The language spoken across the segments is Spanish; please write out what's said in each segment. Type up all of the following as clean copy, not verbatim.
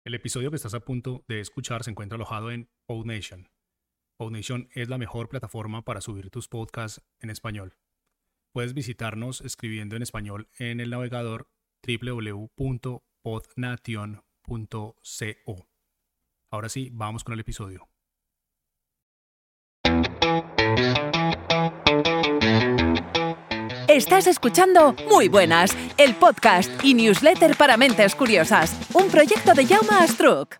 El episodio que estás a punto de escuchar se encuentra alojado en PodNation. PodNation es la mejor plataforma para subir tus podcasts en español. Puedes visitarnos escribiendo en español en el navegador www.podnation.co. Ahora sí, vamos con el episodio. Estás escuchando Muy Buenas, el podcast y newsletter para mentes curiosas, un proyecto de Jaume Astruc.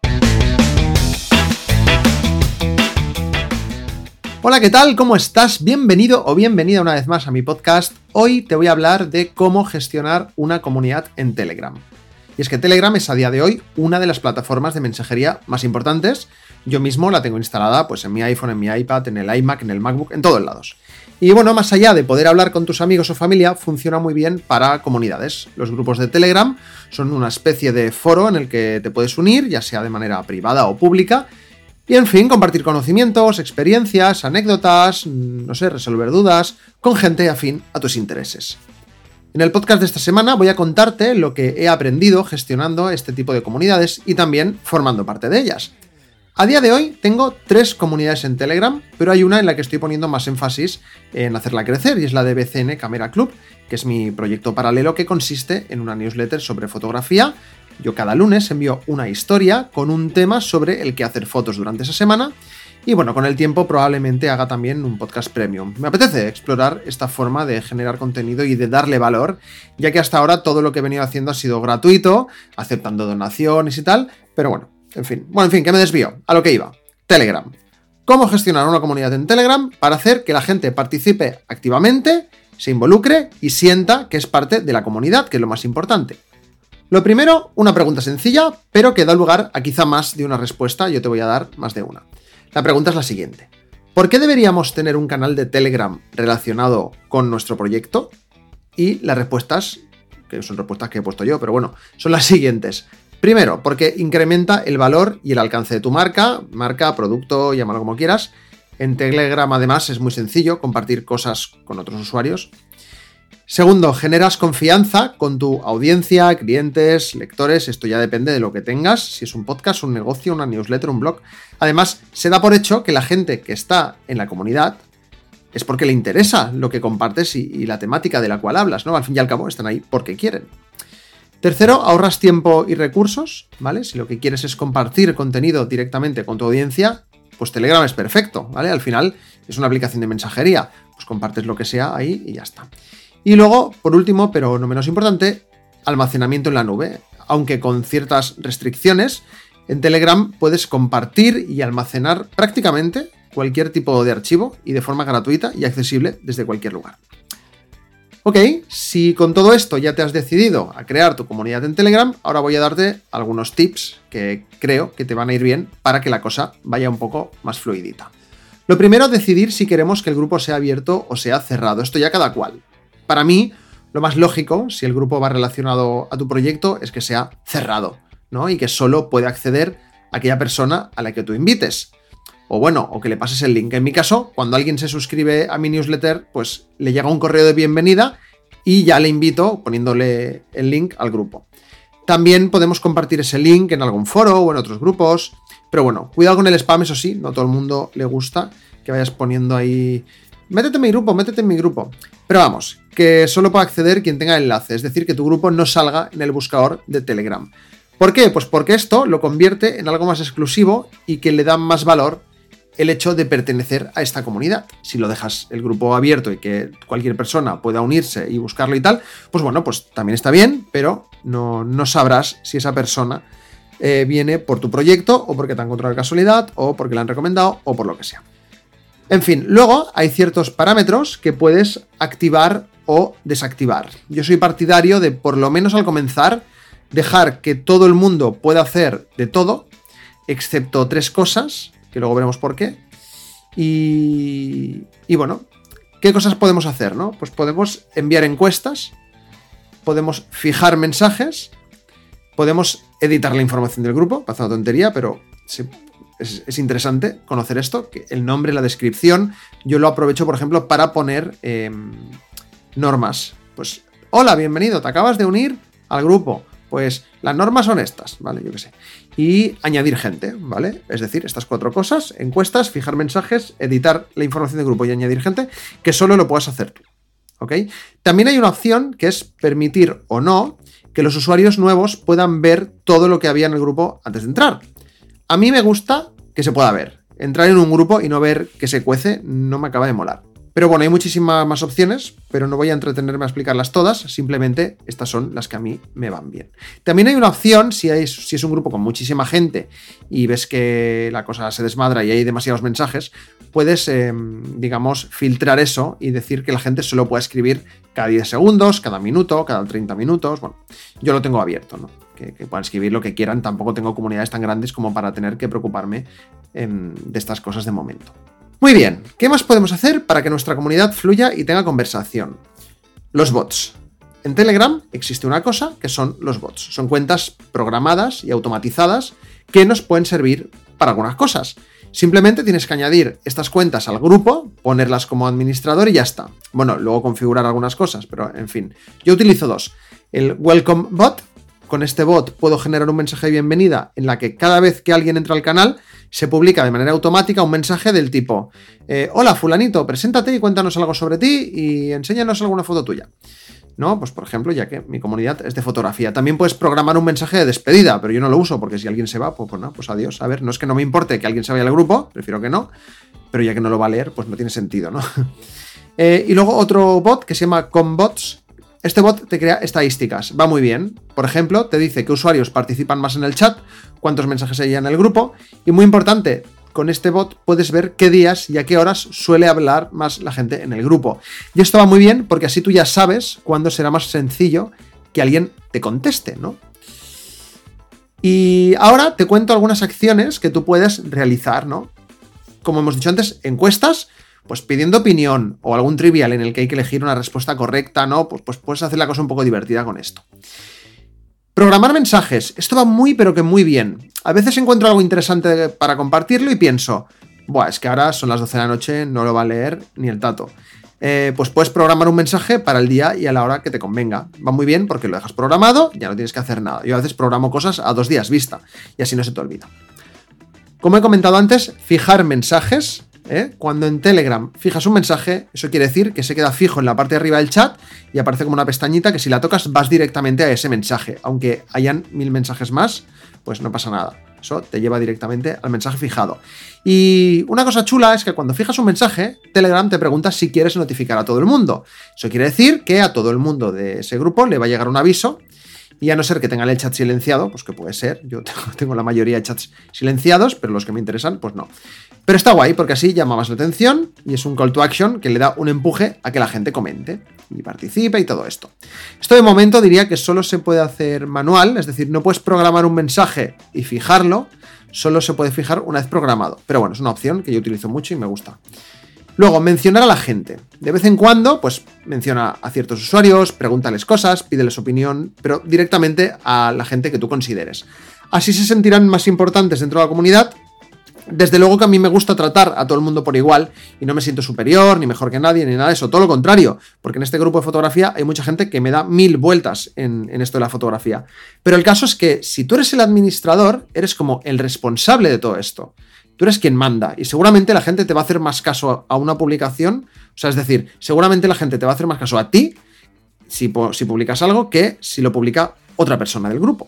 Hola, ¿qué tal? ¿Cómo estás? Bienvenido o bienvenida una vez más a mi podcast. Hoy te voy a hablar de cómo gestionar una comunidad en Telegram. Y es que Telegram es a día de hoy una de las plataformas de mensajería más importantes. Yo mismo la tengo instalada pues en mi iPhone, en mi iPad, en el iMac, en el MacBook, en todos lados. Y bueno, más allá de poder hablar con tus amigos o familia, funciona muy bien para comunidades. Los grupos de Telegram son una especie de foro en el que te puedes unir, ya sea de manera privada o pública, y en fin, compartir conocimientos, experiencias, anécdotas, resolver dudas, con gente afín a tus intereses. En el podcast de esta semana voy a contarte lo que he aprendido gestionando este tipo de comunidades y también formando parte de ellas. A día de hoy tengo 3 comunidades en Telegram, pero hay una en la que estoy poniendo más énfasis en hacerla crecer y es la de BCN Camera Club, que es mi proyecto paralelo que consiste en una newsletter sobre fotografía. Yo cada lunes envío una historia con un tema sobre el que hacer fotos durante esa semana y bueno, con el tiempo probablemente haga también un podcast premium. Me apetece explorar esta forma de generar contenido y de darle valor, ya que hasta ahora todo lo que he venido haciendo ha sido gratuito, aceptando donaciones y tal, pero bueno. En fin, que me desvío. A lo que iba. Telegram. ¿Cómo gestionar una comunidad en Telegram para hacer que la gente participe activamente, se involucre y sienta que es parte de la comunidad, que es lo más importante? Lo primero, una pregunta sencilla, pero que da lugar a quizá más de una respuesta. Yo te voy a dar más de una. La pregunta es la siguiente. ¿Por qué deberíamos tener un canal de Telegram relacionado con nuestro proyecto? Y las respuestas, que son respuestas que he puesto yo, pero bueno, son las siguientes. Primero, porque incrementa el valor y el alcance de tu marca, producto, llámalo como quieras. En Telegram, además, es muy sencillo compartir cosas con otros usuarios. Segundo, generas confianza con tu audiencia, clientes, lectores, esto ya depende de lo que tengas, si es un podcast, un negocio, una newsletter, un blog. Además, se da por hecho que la gente que está en la comunidad es porque le interesa lo que compartes y la temática de la cual hablas, ¿no? Al fin y al cabo, están ahí porque quieren. Tercero, ahorras tiempo y recursos, ¿vale? Si lo que quieres es compartir contenido directamente con tu audiencia, pues Telegram es perfecto, ¿vale? Al final es una aplicación de mensajería, pues compartes lo que sea ahí y ya está. Y luego, por último, pero no menos importante, almacenamiento en la nube. Aunque con ciertas restricciones, en Telegram puedes compartir y almacenar prácticamente cualquier tipo de archivo y de forma gratuita y accesible desde cualquier lugar. Ok, si con todo esto ya te has decidido a crear tu comunidad en Telegram, ahora voy a darte algunos tips que creo que te van a ir bien para que la cosa vaya un poco más fluidita. Lo primero, decidir si queremos que el grupo sea abierto o sea cerrado. Esto ya cada cual. Para mí, lo más lógico, si el grupo va relacionado a tu proyecto, es que sea cerrado, ¿no? Y que solo puede acceder aquella persona a la que tú invites. O que le pases el link. En mi caso, cuando alguien se suscribe a mi newsletter, pues le llega un correo de bienvenida y ya le invito poniéndole el link al grupo. También podemos compartir ese link en algún foro o en otros grupos. Pero bueno, cuidado con el spam, eso sí, no a todo el mundo le gusta que vayas poniendo ahí métete en mi grupo. Pero vamos, que solo puede acceder quien tenga el enlace, es decir, que tu grupo no salga en el buscador de Telegram. ¿Por qué? Pues porque esto lo convierte en algo más exclusivo y que le da más valor el hecho de pertenecer a esta comunidad. Si lo dejas el grupo abierto y que cualquier persona pueda unirse y buscarlo y tal, pues bueno, pues también está bien, pero no sabrás si esa persona viene por tu proyecto o porque te han encontrado de casualidad o porque le han recomendado o por lo que sea. En fin, luego hay ciertos parámetros que puedes activar o desactivar. Yo soy partidario de, por lo menos al comenzar, dejar que todo el mundo pueda hacer de todo, excepto 3 cosas, que luego veremos por qué. Y bueno, ¿qué cosas podemos hacer, no? Pues podemos enviar encuestas, podemos fijar mensajes, podemos editar la información del grupo, parece una tontería, pero es interesante conocer esto, que el nombre, la descripción, yo lo aprovecho, por ejemplo, para poner normas. Pues, hola, bienvenido, te acabas de unir al grupo. pues las normas son estas, ¿vale? Yo qué sé. Y añadir gente, ¿vale? Es decir, estas 4 cosas: encuestas, fijar mensajes, editar la información del grupo y añadir gente, que solo lo puedas hacer tú, ¿ok? También hay una opción que es permitir o no que los usuarios nuevos puedan ver todo lo que había en el grupo antes de entrar. A mí me gusta que se pueda ver. Entrar en un grupo y no ver que se cuece no me acaba de molar. Pero bueno, hay muchísimas más opciones, pero no voy a entretenerme a explicarlas todas, simplemente estas son las que a mí me van bien. También hay una opción, si es un grupo con muchísima gente y ves que la cosa se desmadra y hay demasiados mensajes, puedes, digamos, filtrar eso y decir que la gente solo pueda escribir cada 10 segundos, cada minuto, cada 30 minutos. Bueno, yo lo tengo abierto, ¿no? Que puedan escribir lo que quieran, tampoco tengo comunidades tan grandes como para tener que preocuparme de estas cosas de momento. Muy bien, ¿qué más podemos hacer para que nuestra comunidad fluya y tenga conversación? Los bots. En Telegram existe una cosa que son los bots. Son cuentas programadas y automatizadas que nos pueden servir para algunas cosas. Simplemente tienes que añadir estas cuentas al grupo, ponerlas como administrador y ya está. Bueno, luego configurar algunas cosas, pero en fin. Yo utilizo 2. El Welcome Bot. Con este bot puedo generar un mensaje de bienvenida en la que cada vez que alguien entra al canal se publica de manera automática un mensaje del tipo: hola fulanito, preséntate y cuéntanos algo sobre ti y enséñanos alguna foto tuya. ¿No? Pues por ejemplo, ya que mi comunidad es de fotografía. También puedes programar un mensaje de despedida, pero yo no lo uso porque si alguien se va, pues no, pues adiós. A ver, no es que no me importe que alguien se vaya al grupo, prefiero que no, pero ya que no lo va a leer, pues no tiene sentido, ¿no? Y luego otro bot que se llama Combots. Este bot te crea estadísticas, va muy bien. Por ejemplo, te dice qué usuarios participan más en el chat, cuántos mensajes hay en el grupo y, muy importante, con este bot puedes ver qué días y a qué horas suele hablar más la gente en el grupo. Y esto va muy bien porque así tú ya sabes cuándo será más sencillo que alguien te conteste, ¿no? Y ahora te cuento algunas acciones que tú puedes realizar, ¿no? Como hemos dicho antes, encuestas, pues pidiendo opinión o algún trivial en el que hay que elegir una respuesta correcta, ¿no? Pues puedes hacer la cosa un poco divertida con esto. Programar mensajes. Esto va muy, pero que muy bien. A veces encuentro algo interesante para compartirlo y pienso, buah, es que ahora son las 12 de la noche, no lo va a leer ni el tato. Pues puedes programar un mensaje para el día y a la hora que te convenga. Va muy bien porque lo dejas programado, ya no tienes que hacer nada. Yo a veces programo cosas a 2 días vista y así no se te olvida. Como he comentado antes, fijar mensajes. Cuando en Telegram fijas un mensaje, eso quiere decir que se queda fijo en la parte de arriba del chat y aparece como una pestañita que si la tocas vas directamente a ese mensaje. Aunque hayan 1000 mensajes más, pues no pasa nada. Eso te lleva directamente al mensaje fijado. Y una cosa chula es que cuando fijas un mensaje, Telegram te pregunta si quieres notificar a todo el mundo. Eso quiere decir que a todo el mundo de ese grupo le va a llegar un aviso. Y a no ser que tengan el chat silenciado, pues que puede ser, yo tengo la mayoría de chats silenciados, pero los que me interesan, pues no. Pero está guay porque así llama más la atención y es un call to action que le da un empuje a que la gente comente y participe y todo esto. Esto de momento diría que solo se puede hacer manual, es decir, no puedes programar un mensaje y fijarlo, solo se puede fijar una vez programado. Pero bueno, es una opción que yo utilizo mucho y me gusta. Luego, mencionar a la gente. De vez en cuando, pues menciona a ciertos usuarios, pregúntales cosas, pídeles opinión, pero directamente a la gente que tú consideres. Así se sentirán más importantes dentro de la comunidad. Desde luego que a mí me gusta tratar a todo el mundo por igual y no me siento superior, ni mejor que nadie, ni nada de eso. Todo lo contrario, porque en este grupo de fotografía hay mucha gente que me da 1000 vueltas en esto de la fotografía. Pero el caso es que si tú eres el administrador, eres como el responsable de todo esto. Tú eres quien manda y seguramente la gente te va a hacer más caso a una publicación, o sea, es decir, seguramente la gente te va a hacer más caso a ti si publicas algo que si lo publica otra persona del grupo.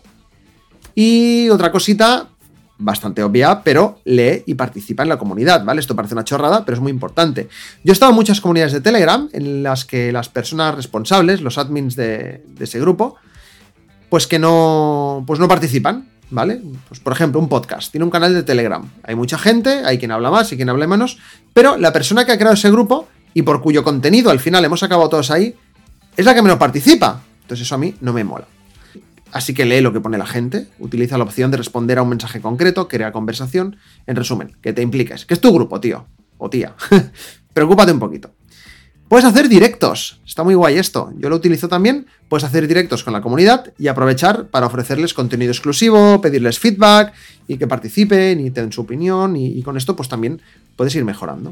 Y otra cosita bastante obvia, pero lee y participa en la comunidad, ¿vale? Esto parece una chorrada, pero es muy importante. Yo he estado en muchas comunidades de Telegram en las que las personas responsables, los admins de ese grupo, pues que no participan. ¿Vale? Pues por ejemplo, un podcast tiene un canal de Telegram. Hay mucha gente, hay quien habla más y quien habla menos, pero la persona que ha creado ese grupo y por cuyo contenido al final hemos acabado todos ahí, es la que menos participa. Entonces eso a mí no me mola. Así que lee lo que pone la gente, utiliza la opción de responder a un mensaje concreto, crea conversación. En resumen, que te impliques, que es tu grupo, tío o tía. Preocúpate un poquito. Puedes hacer directos, está muy guay esto, yo lo utilizo también, puedes hacer directos con la comunidad y aprovechar para ofrecerles contenido exclusivo, pedirles feedback y que participen y te den su opinión y con esto pues también puedes ir mejorando.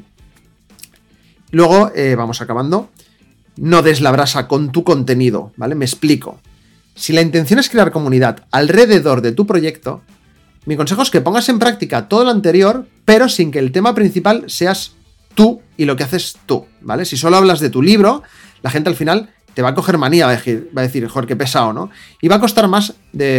Luego, vamos acabando, no des la brasa con tu contenido, ¿vale? Me explico. Si la intención es crear comunidad alrededor de tu proyecto, mi consejo es que pongas en práctica todo lo anterior, pero sin que el tema principal seas tú y lo que haces tú, ¿vale? Si solo hablas de tu libro, la gente al final te va a coger manía, va a decir, joder, qué pesado, ¿no? Y va a costar más de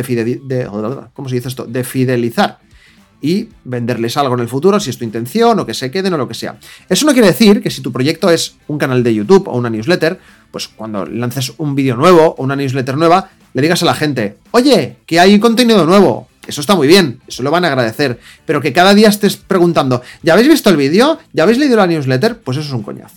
fidelizar y venderles algo en el futuro, si es tu intención, o que se queden, o lo que sea. Eso no quiere decir que si tu proyecto es un canal de YouTube o una newsletter, pues cuando lances un vídeo nuevo o una newsletter nueva, le digas a la gente, oye, que hay contenido nuevo. Eso está muy bien, eso lo van a agradecer. Pero que cada día estés preguntando, ¿ya habéis visto el vídeo? ¿Ya habéis leído la newsletter? Pues eso es un coñazo.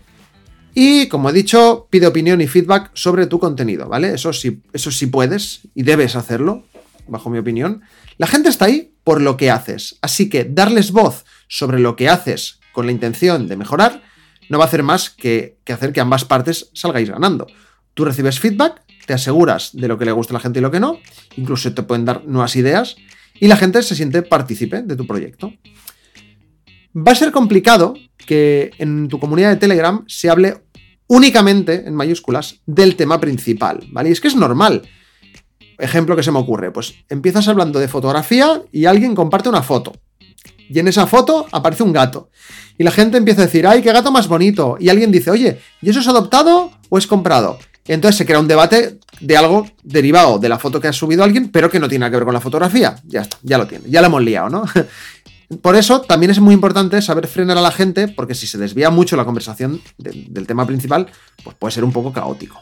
Y, como he dicho, pide opinión y feedback sobre tu contenido, ¿vale? Eso sí puedes y debes hacerlo, bajo mi opinión. La gente está ahí por lo que haces, así que darles voz sobre lo que haces con la intención de mejorar no va a hacer más que hacer que ambas partes salgáis ganando. Tú recibes feedback, te aseguras de lo que le gusta a la gente y lo que no, incluso te pueden dar nuevas ideas y la gente se siente partícipe de tu proyecto. Va a ser complicado que en tu comunidad de Telegram se hable únicamente, en mayúsculas, del tema principal, ¿vale? Y es que es normal. Ejemplo que se me ocurre, pues empiezas hablando de fotografía y alguien comparte una foto. Y en esa foto aparece un gato. Y la gente empieza a decir, ¡ay, qué gato más bonito! Y alguien dice, oye, ¿y eso es adoptado o es comprado? Y entonces se crea un debate de algo derivado de la foto que ha subido alguien, pero que no tiene nada que ver con la fotografía. Ya está, ya lo tiene, ya lo hemos liado, ¿no? Por eso también es muy importante saber frenar a la gente, porque si se desvía mucho la conversación del tema principal, pues puede ser un poco caótico.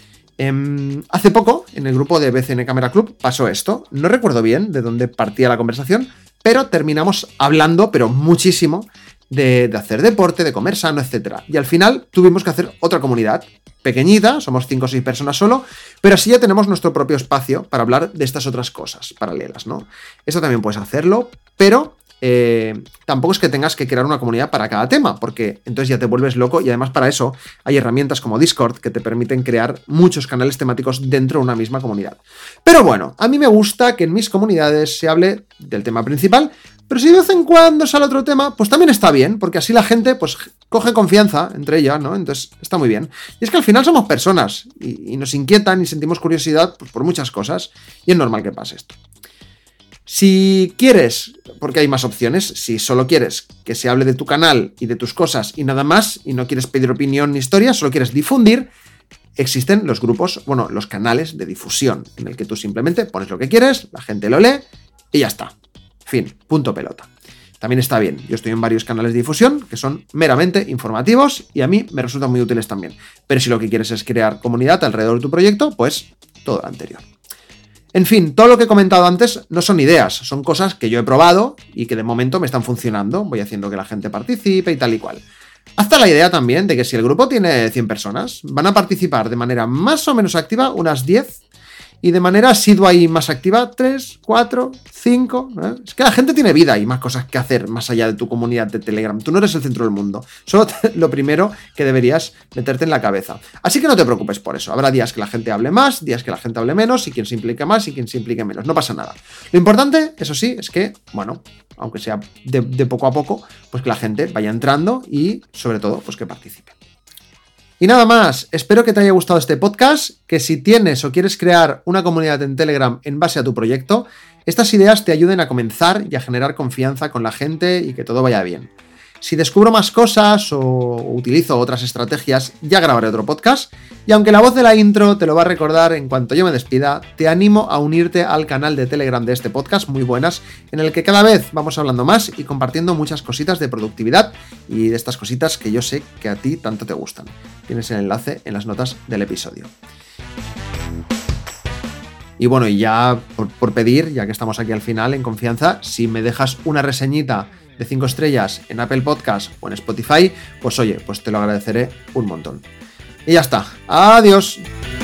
Hace poco, en el grupo de BCN Camera Club, pasó esto. No recuerdo bien de dónde partía la conversación, pero terminamos hablando, pero muchísimo, de hacer deporte, de comer sano, etc. Y al final tuvimos que hacer otra comunidad, pequeñita, somos 5 o 6 personas solo, pero así ya tenemos nuestro propio espacio para hablar de estas otras cosas paralelas, ¿no? Esto también puedes hacerlo, pero tampoco es que tengas que crear una comunidad para cada tema, porque entonces ya te vuelves loco y además para eso hay herramientas como Discord que te permiten crear muchos canales temáticos dentro de una misma comunidad. Pero bueno, a mí me gusta que en mis comunidades se hable del tema principal, pero si de vez en cuando sale otro tema, pues también está bien, porque así la gente pues coge confianza entre ella, ¿no? Entonces está muy bien. Y es que al final somos personas y nos inquietan y sentimos curiosidad pues, por muchas cosas y es normal que pase esto. Si quieres, porque hay más opciones, si solo quieres que se hable de tu canal y de tus cosas y nada más, y no quieres pedir opinión ni historia, solo quieres difundir, existen los grupos, bueno, los canales de difusión, en el que tú simplemente pones lo que quieres, la gente lo lee y ya está. Fin, punto pelota. También está bien, yo estoy en varios canales de difusión que son meramente informativos y a mí me resultan muy útiles también. Pero si lo que quieres es crear comunidad alrededor de tu proyecto, pues todo lo anterior. En fin, todo lo que he comentado antes no son ideas, son cosas que yo he probado y que de momento me están funcionando. Voy haciendo que la gente participe y tal y cual. Hasta la idea también de que si el grupo tiene 100 personas, van a participar de manera más o menos activa unas 10 y de manera asidua y más activa 3, 4, 5. Es que la gente tiene vida y más cosas que hacer más allá de tu comunidad de Telegram. Tú no eres el centro del mundo. Solo lo primero que deberías meterte en la cabeza. Así que no te preocupes por eso. Habrá días que la gente hable más, días que la gente hable menos, y quien se implique más y quien se implique menos. No pasa nada. Lo importante, eso sí, es que, bueno, aunque sea de poco a poco, pues que la gente vaya entrando y, sobre todo, pues que participe. Y nada más, espero que te haya gustado este podcast, que si tienes o quieres crear una comunidad en Telegram en base a tu proyecto, estas ideas te ayuden a comenzar y a generar confianza con la gente y que todo vaya bien. Si descubro más cosas o utilizo otras estrategias, ya grabaré otro podcast. Y aunque la voz de la intro te lo va a recordar en cuanto yo me despida, te animo a unirte al canal de Telegram de este podcast, muy buenas, en el que cada vez vamos hablando más y compartiendo muchas cositas de productividad y de estas cositas que yo sé que a ti tanto te gustan. Tienes el enlace en las notas del episodio. Y bueno, y ya por pedir, ya que estamos aquí al final en confianza, si me dejas una reseñita de 5 estrellas en Apple Podcast o en Spotify, pues oye, pues te lo agradeceré un montón. Y ya está. Adiós.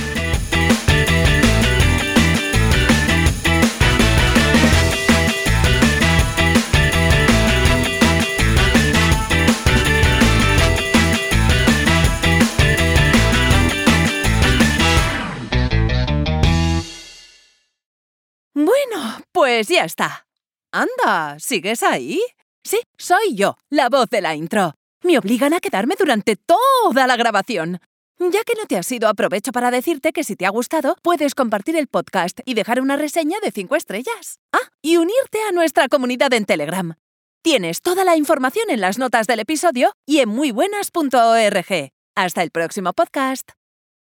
Bueno, pues ya está. Anda, ¿sigues ahí? Sí, soy yo, la voz de la intro. Me obligan a quedarme durante toda la grabación. Ya que no te has ido, aprovecho para decirte que si te ha gustado, puedes compartir el podcast y dejar una reseña de 5 estrellas. Y unirte a nuestra comunidad en Telegram. Tienes toda la información en las notas del episodio y en muybuenas.org. Hasta el próximo podcast.